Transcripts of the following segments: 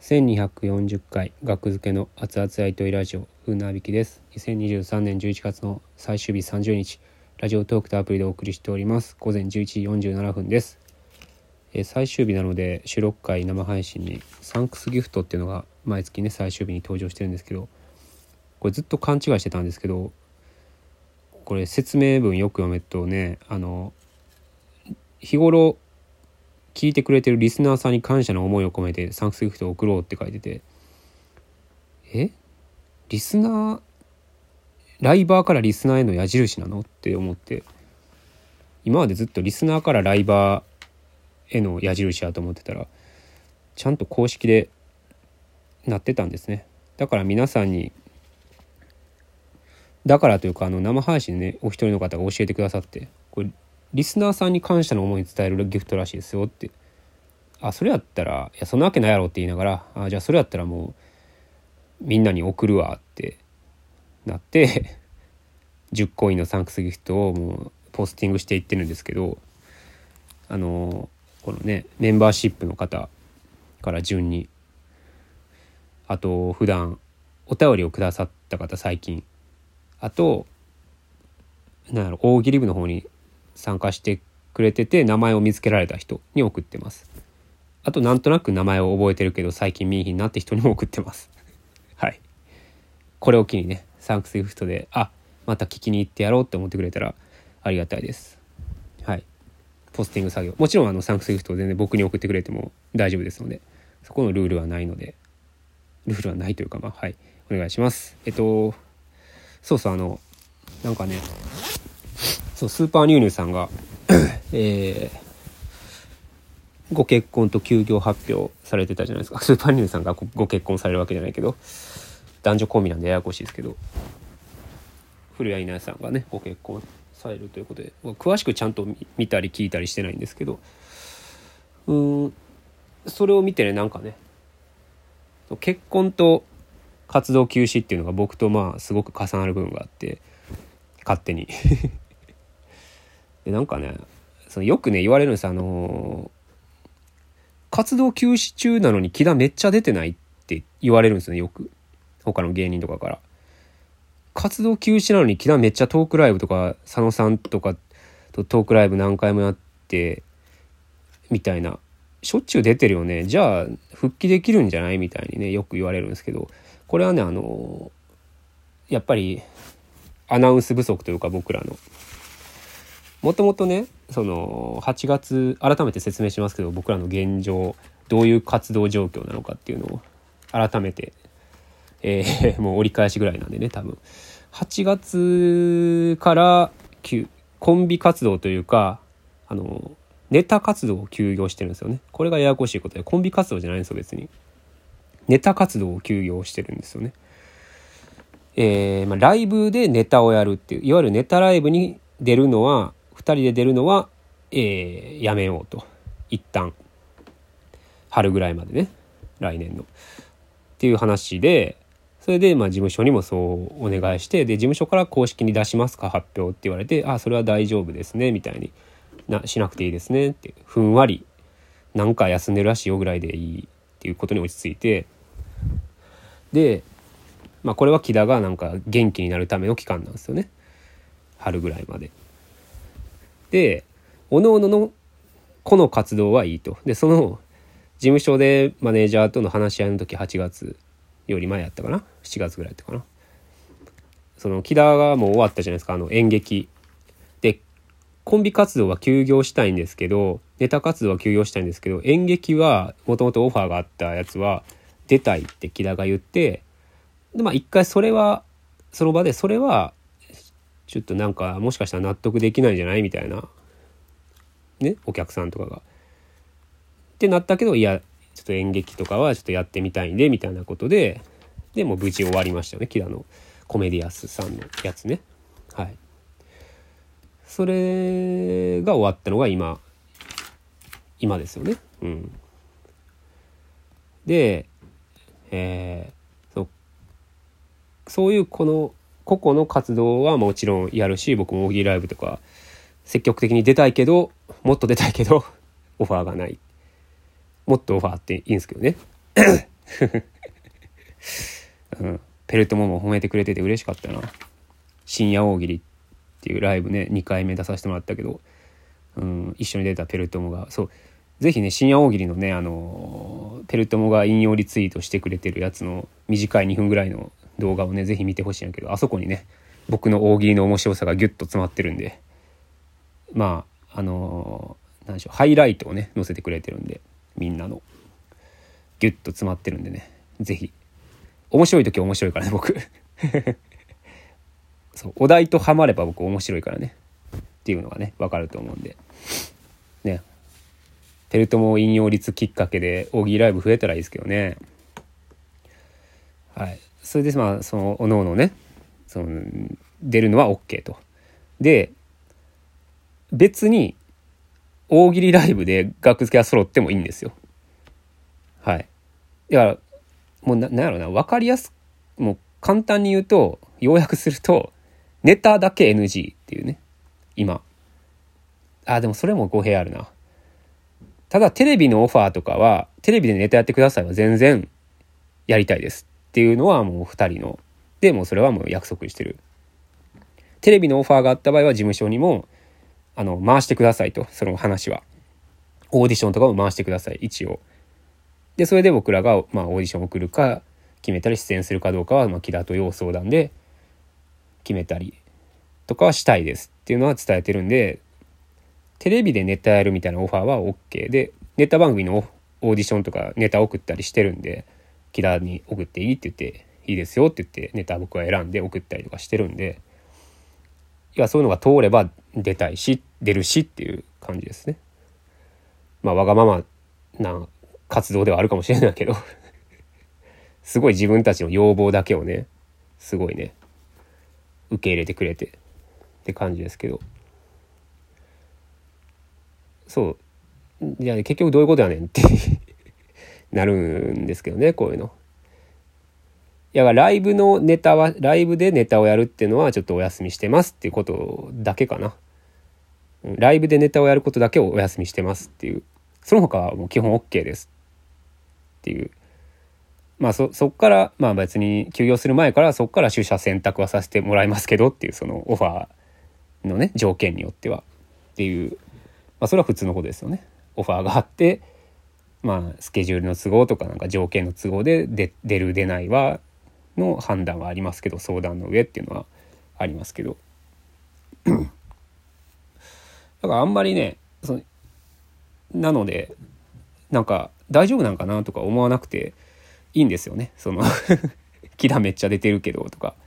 1240回学付けの熱々やりとりラジオ風なびきです。2023年11月の最終日30日ラジオトークとアプリでお送りしております。午前11時47分です。最終日なので収録回生配信にサンクスギフトっていうのが毎月ね最終日に登場してるんですけど、これずっと勘違いしてたんですけど、これ説明文よく読めるとね、日頃聞いてくれてるリスナーさんに感謝の思いを込めてサンクスギフトを送ろうって書いてて、リスナーライバーからリスナーへの矢印なのって思って、今までずっとリスナーからライバーへの矢印やと思ってたらちゃんと公式でなってたんですね。だから皆さんにだからというか生配信でねお一人の方が教えてくださって、これリスナーさんに感謝の思いに伝えるギフトらしいですよって。それやったらいやそんなわけないやろって言いながら、じゃあそれやったらもうみんなに送るわってなって10コインのサンクスギフトをもうポスティングしていってるんですけど、このねメンバーシップの方から順に、あと普段お便りをくださった方最近、あと大喜利部の方に参加してくれてて名前を見つけられた人に送ってます。あとなんとなく名前を覚えてるけど最近見えひんなって人にも送ってますはい、これを機にねサンクスギフトでまた聞きに行ってやろうって思ってくれたらありがたいです。はい、ポスティング作業もちろんサンクスギフトを全然僕に送ってくれても大丈夫ですので、そこのルールはないというかはいお願いします。そうなんかねスーパーニューニューさんがご結婚と休業発表されてたじゃないですか。スーパーニューニューさんがご結婚されるわけじゃないけど、男女コンビなんでややこしいですけど、古谷稲荷さんがねご結婚されるということで、詳しくちゃんと見たり聞いたりしてないんですけど、それを見てね、なんかね結婚と活動休止っていうのが僕とすごく重なる部分があって、勝手にでなんかねよくね言われるんです。活動休止中なのに木田めっちゃ出てないって言われるんですよね。よく他の芸人とかから、活動休止なのに木田めっちゃトークライブとか佐野さんとかとトークライブ何回もやってみたいな、しょっちゅう出てるよね、じゃあ復帰できるんじゃないみたいにねよく言われるんですけど、これはねやっぱりアナウンス不足というか、僕らのもともとね8月改めて説明しますけど、僕らの現状どういう活動状況なのかっていうのを改めて、もう折り返しぐらいなんでね、多分8月からコンビ活動というかネタ活動を休業してるんですよね。これがややこしいことで、コンビ活動じゃないんですよ。別にネタ活動を休業してるんですよね。ライブでネタをやるっていう、いわゆるネタライブに出るのは2人で出るのは、やめようと、一旦春ぐらいまでね、来年のっていう話で、それで事務所にもそうお願いして、で事務所から公式に出しますか発表って言われて、それは大丈夫ですねみたいにしなくていいですねって、ふんわりなんか休んでるらしいよぐらいでいいっていうことに落ち着いて、でこれは木田がなんか元気になるための期間なんですよね、春ぐらいまで。で各々のこの活動はいいと。でその事務所でマネージャーとの話し合いの時、8月より前やったかな、7月ぐらいやったかな、木田がもう終わったじゃないですか、演劇で。コンビ活動は休業したいんですけど、ネタ活動は休業したいんですけど、演劇はもともとオファーがあったやつは出たいって木田が言って、で一回それはその場で、それはちょっとなんかもしかしたら納得できないんじゃないみたいなね、お客さんとかがってなったけど、いやちょっと演劇とかはちょっとやってみたいんでみたいなことで、でもう無事終わりましたよね、木田のコメディアスさんのやつね。はい、それが終わったのが今ですよね。で、そういうこの個々の活動はもちろんやるし、僕も大喜利ライブとか積極的に出たいけど、もっと出たいけどオファーがない、もっとオファーっていいんですけどねうん、ペルトモも褒めてくれてて嬉しかったな。深夜大喜利っていうライブね2回目出させてもらったけど、一緒に出たペルトモがそうぜひね深夜大喜利のねペルトモが引用リツイートしてくれてるやつの短い2分ぐらいの動画をねぜひ見てほしいんやけど、あそこにね僕の大喜利の面白さがギュッと詰まってるんで、まあ何でしょうハイライトをね載せてくれてるんで、みんなのギュッと詰まってるんでね、ぜひ面白い時は面白いからね僕そうお題とハマれば僕面白いからねっていうのがね分かると思うんでね、ペルトモ引用率きっかけで大喜利ライブ増えたらいいですけどね。はい、それでまあそのおのおのねその出るのは OK と。で別に大喜利ライブで額付けは揃ってもいいんですよ。はい。だからもうなんやろな、分かりやすくもう簡単に言うと要約するとネタだけ NG っていうね今。でもそれも語弊あるな。ただテレビのオファーとかはテレビでネタやってくださいは全然やりたいですっていうのはもう2人のでもうそれはもう約束してる。テレビのオファーがあった場合は事務所にも回してくださいと、その話はオーディションとかも回してください一応。でそれで僕らが、オーディションを送るか決めたり出演するかどうかは木田と要相談で決めたりとかはしたいですっていうのは伝えてるんで、テレビでネタやるみたいなオファーは OK で、ネタ番組のオーディションとかネタ送ったりしてるんで、木田に送っていいって言っていいですよって言ってネタ僕は選んで送ったりとかしてるんで、いやそういうのが通れば出たいし出るしっていう感じですね。まあわがままな活動ではあるかもしれないけどすごい自分たちの要望だけをねすごいね受け入れてくれてって感じですけど、そうじゃあ結局どういうことやねんってなるんですけどね、こういうの。いやライブのネタはライブでネタをやるっていうのはちょっとお休みしてますっていうことだけかな。ライブでネタをやることだけをお休みしてますっていう、その他はもう基本 OK ですっていう。まあそっからまあ別に休業する前からそっから取捨選択はさせてもらいますけどっていうそのオファーのね条件によってはっていう、まあそれは普通のことですよね。オファーがあってまあスケジュールの都合とかなんか条件の都合で出る出ないはの判断はありますけど、相談の上っていうのはありますけどだからあんまりねなのでなんか大丈夫なんかなとか思わなくていいんですよね。その木田めっちゃ出てるけどとか。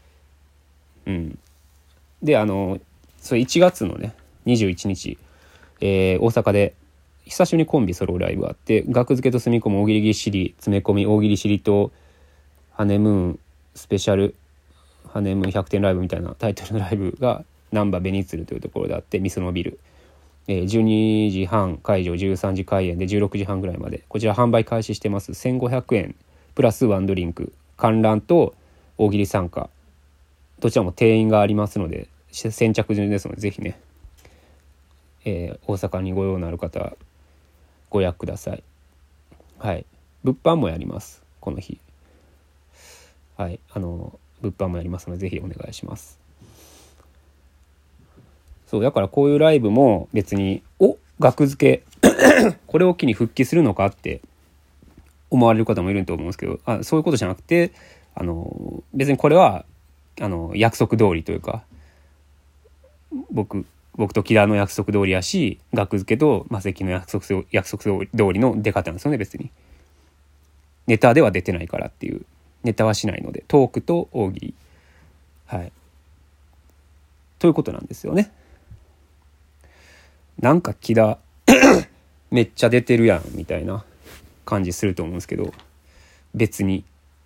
でそれ1月のね21日、大阪で久しぶりにコンビソロライブがあって、額付けと住み込む大喜利ぎっしり詰め込み大喜利しりとハネムーンスペシャルハネムーン100点ライブみたいなタイトルのライブが難波ベニツルというところであって、ミスノビル、12時半会場13時開演で16時半ぐらいまでこちら販売開始してます。1500円プラスワンドリンク観覧と大喜利参加どちらも定員がありますので先着順ですのでぜひね、大阪にご用のある方はご予約ください。はい、物販もやりますこの日。はい、物販もやりますのでぜひお願いします。そうだからこういうライブも別に額付けこれを機に復帰するのかって思われる方もいると思うんですけど、そういうことじゃなくて別にこれは約束通りというか僕と木田の約束通りやし、額付けとマセキの約束通りの出方なんですよね。別にネタでは出てないからっていう、ネタはしないのでトークと大喜利、はいということなんですよね。なんか木田めっちゃ出てるやんみたいな感じすると思うんですけど、別に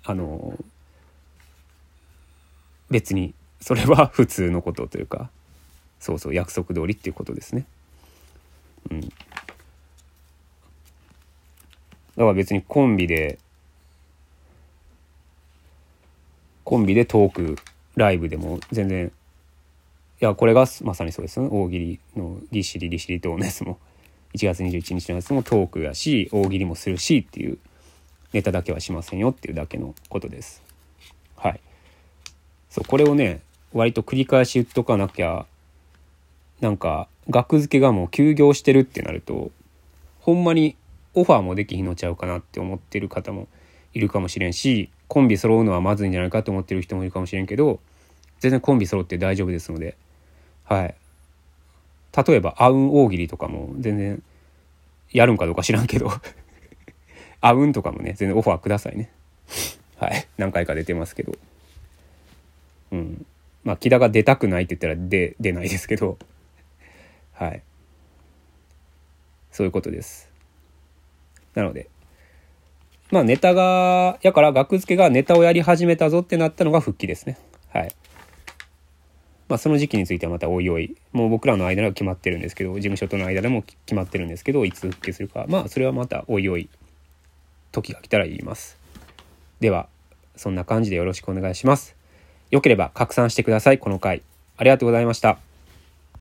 別にそれは普通のことというか、そう約束通りっていうことですね。だから別にコンビでトークライブでも全然、いやこれがまさにそうですよね。大喜利のぎっしりりしりとのやつも1月21日のやつもトークやし大喜利もするしっていうネタだけはしませんよっていうだけのことです。はい。そう、これをね割と繰り返し言っとかなきゃ、なんか学付けがもう休業してるってなるとほんまにオファーもできひんのちゃうかなって思ってる方もいるかもしれんし、コンビ揃うのはまずいんじゃないかと思ってる人もいるかもしれんけど、全然コンビ揃って大丈夫ですので、はい。例えばあうん大喜利とかも全然やるんかどうか知らんけどあうんとかもね全然オファーくださいね。はい、何回か出てますけど、まあ木田が出たくないって言ったら出ないですけど、はい、そういうことです。なのでまあネタがやから学付けがネタをやり始めたぞってなったのが復帰ですね。はい。まあその時期についてはまたおいおい、もう僕らの間では決まってるんですけど、事務所との間でも決まってるんですけど、いつ復帰するか、まあそれはまたおいおい時が来たら言います。ではそんな感じでよろしくお願いします。よければ拡散してください。この回ありがとうございました。